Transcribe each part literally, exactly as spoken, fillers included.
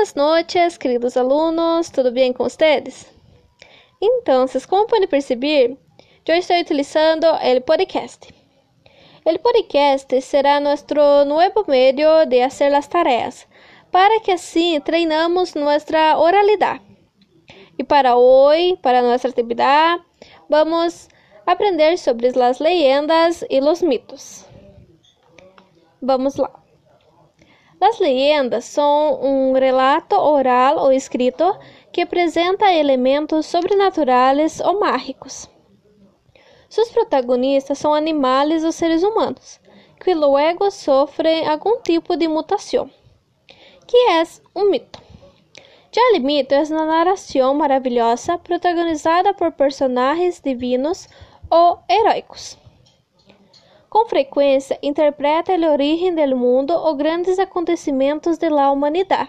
Buenas noches, queridos alunos, ¿todo bien con ustedes? Entonces, como pueden percibir, yo estoy utilizando el podcast. El podcast será nuestro nuevo medio de hacer las tareas, para que así treinamos nuestra oralidad. Y para hoy, para nuestra actividad, vamos a aprender sobre las leyendas y los mitos. Vamos lá. Las leyendas son un relato oral o escrito que presenta elementos sobrenaturais ou mágicos. Sus protagonistas são animales ou seres humanos, que luego sofrem algum tipo de mutação, que é um mito. Já el mito é uma narração maravilhosa protagonizada por personagens divinos ou heróicos. Com frequência, interpreta o origen do mundo ou grandes acontecimentos de la humanidade.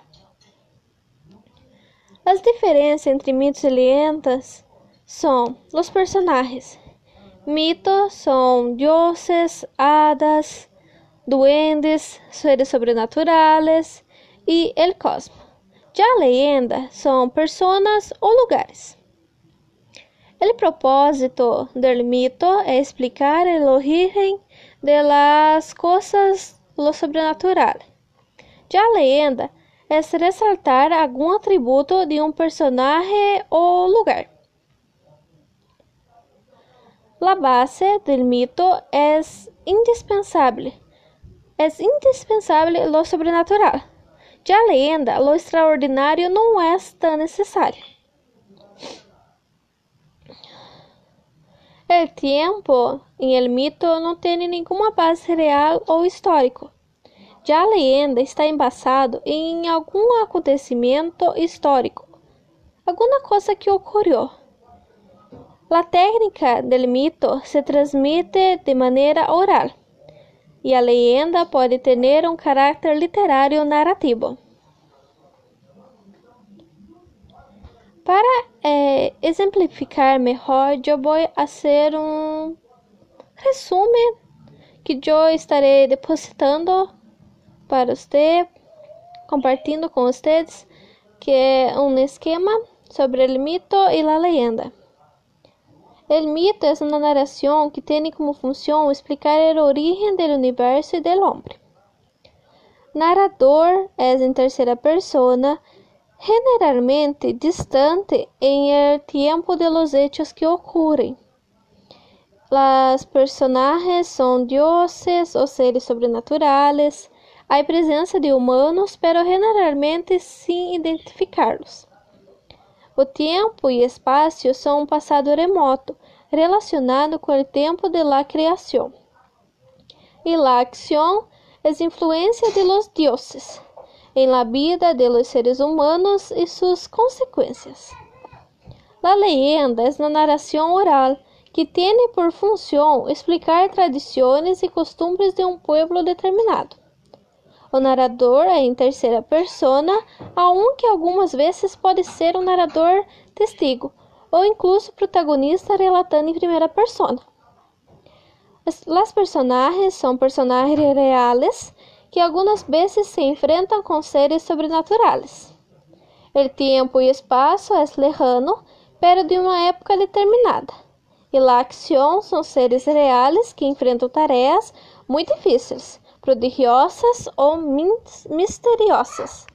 As diferenças entre mitos e leyendas são os personagens. Mitos são dioses, hadas, duendes, seres sobrenaturais e el cosmo. Já a leyenda são personas ou lugares. O propósito do mito é explicar o origen de las cosas, lo sobrenatural. Já a leyenda é ressaltar algum atributo de um personagem ou lugar. La base del mito é indispensável. É indispensável lo sobrenatural. Já a leyenda, lo extraordinário não é tão necessário. El tiempo em el mito não tem nenhuma base real ou histórico. Já a leyenda está embasado em algum acontecimento histórico, alguma coisa que ocorreu. La técnica del mito se transmite de maneira oral, e a leyenda pode ter um caráter literário narrativo. Para eh, exemplificar melhor, eu vou fazer um resumo que eu estarei depositando para você, compartilhando com vocês, que é um esquema sobre o mito e a leyenda. O mito é uma narração que tem como função explicar o origen do universo e do homem. Narrador é em terceira persona, generalmente distante em el tiempo de los hechos que ocurren. Las personagens são dioses ou seres sobrenaturais. Há presença de humanos, pero generalmente sem identificá-los. O tempo e espaço são um passado remoto, relacionado com o tempo de la criação. E la acción é influência de los dioses em la vida de los seres humanos e suas consequências. La leyenda é uma narração oral que tem por função explicar tradições e costumes de um pueblo determinado. O narrador é em terceira persona, aunque algumas vezes pode ser um narrador testigo ou incluso protagonista relatando em primeira persona. As personagens são personagens reais que algumas vezes se enfrentam com seres sobrenaturais. O tempo e espaço é lejano, pero de uma época determinada. E a acção são seres reais que enfrentam tarefas muito difíceis, prodigiosas ou misteriosas.